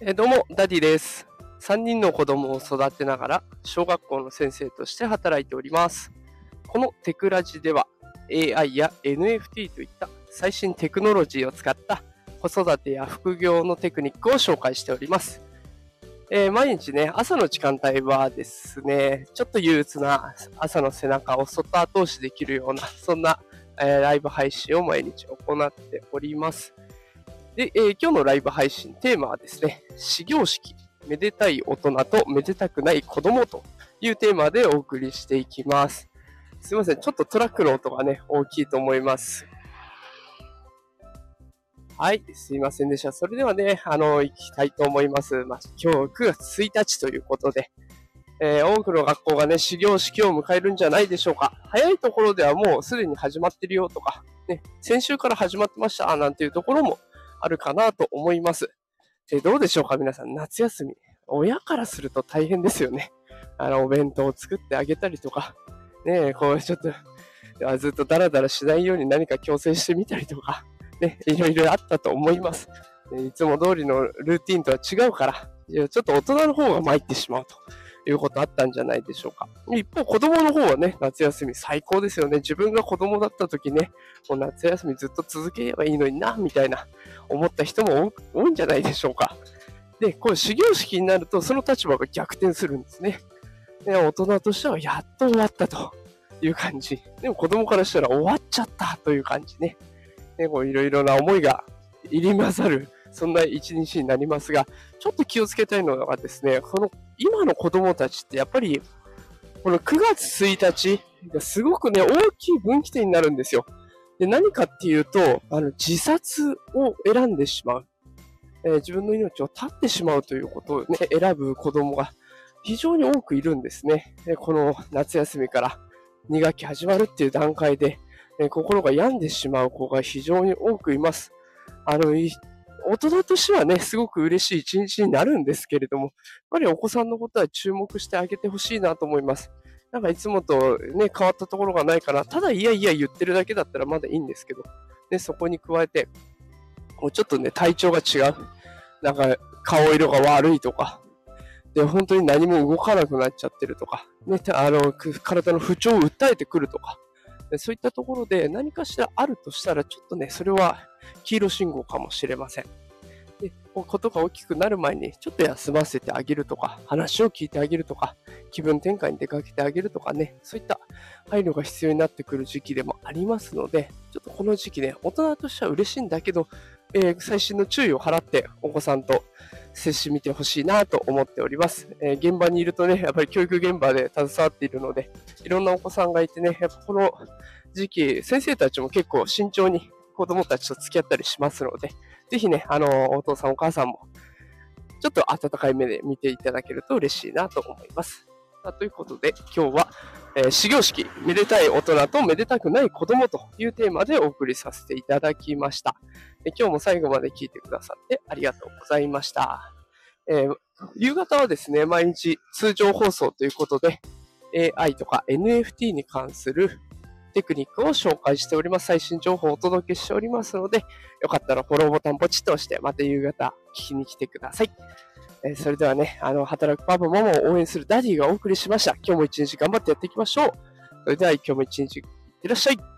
どうも、ダディです。3人の子供を育てながら、小学校の先生として働いております。このテクラジでは、AI や NFT といった最新テクノロジーを使った子育てや副業のテクニックを紹介しております。毎日ね、朝の時間帯はですね、ちょっと憂鬱な朝の背中をそっと後押しできるような、そんな、ライブ配信を毎日行っております。で、今日のライブ配信テーマはですね、始業式、めでたい大人とめでたくない子供というテーマでお送りしていきます。すいません、ちょっとトラックの音がね、大きいと思います。はい、すいませんでした。それではね、行きたいと思います。今日9月1日ということで、多くの学校がね、始業式を迎えるんじゃないでしょうか。早いところではもうすでに始まってるよとか、ね、先週から始まってましたなんていうところもあるかなと思います。どうでしょうか皆さん、夏休み。親からすると大変ですよね。お弁当を作ってあげたりとか、ね、こうちょっと、ずっとダラダラしないように何か強制してみたりとか、ね、いろいろあったと思います。いつも通りのルーティンとは違うから、ちょっと大人の方が参ってしまうということあったんじゃないでしょうか。一方、子供の方はね、夏休み最高ですよね。自分が子供だった時ね、もう夏休みずっと続ければいいのにな、みたいな思った人も多いんじゃないでしょうか。で、こう始業式になると、その立場が逆転するんですね。で、大人としてはやっと終わったという感じ。でも子供からしたら終わっちゃったという感じね。いろいろな思いが入り混ざる、そんな一日になりますが、ちょっと気をつけたいのがですね、この今の子供たちってやっぱり、この9月1日がすごくね、大きい分岐点になるんですよ。で、何かっていうと、自殺を選んでしまう。自分の命を絶ってしまうということをね、選ぶ子供が非常に多くいるんですね。この夏休みから2学期始まるっていう段階で、心が病んでしまう子が非常に多くいます。大人としてはね、すごく嬉しい一日になるんですけれども、やっぱりお子さんのことは注目してあげてほしいなと思います。なんかいつもとね、変わったところがないかな。ただいやいや言ってるだけだったらまだいいんですけど、ね、そこに加えて、もうちょっとね、体調が違う。なんか顔色が悪いとか、で、本当に何も動かなくなっちゃってるとか、ね、体の不調を訴えてくるとか、そういったところで何かしらあるとしたら、ちょっとね、それは黄色信号かもしれません。で、ことが大きくなる前に、ちょっと休ませてあげるとか、話を聞いてあげるとか、気分転換に出かけてあげるとかね、そういった配慮が必要になってくる時期でもありますので、ちょっとこの時期ね、大人としては嬉しいんだけど、細心の注意を払ってお子さんと接してみてほしいなと思っております。現場にいるとね、やっぱり教育現場で携わっているので、いろんなお子さんがいてね、やっぱこの時期、先生たちも結構慎重に子供たちと付き合ったりしますので、ぜひね、お父さんお母さんも、ちょっと温かい目で見ていただけると嬉しいなと思います。ということで、今日は、始業式、めでたい大人とめでたくない子供というテーマでお送りさせていただきました。今日も最後まで聞いてくださってありがとうございました。夕方はですね、毎日通常放送ということで、AI とか NFT に関するテクニックを紹介しております。最新情報をお届けしておりますので、よかったらフォローボタンポチッと押して、また夕方聞きに来てください。それではね、働くパパママを応援するダディがお送りしました。今日も一日頑張ってやっていきましょう。それでは今日も一日いってらっしゃい。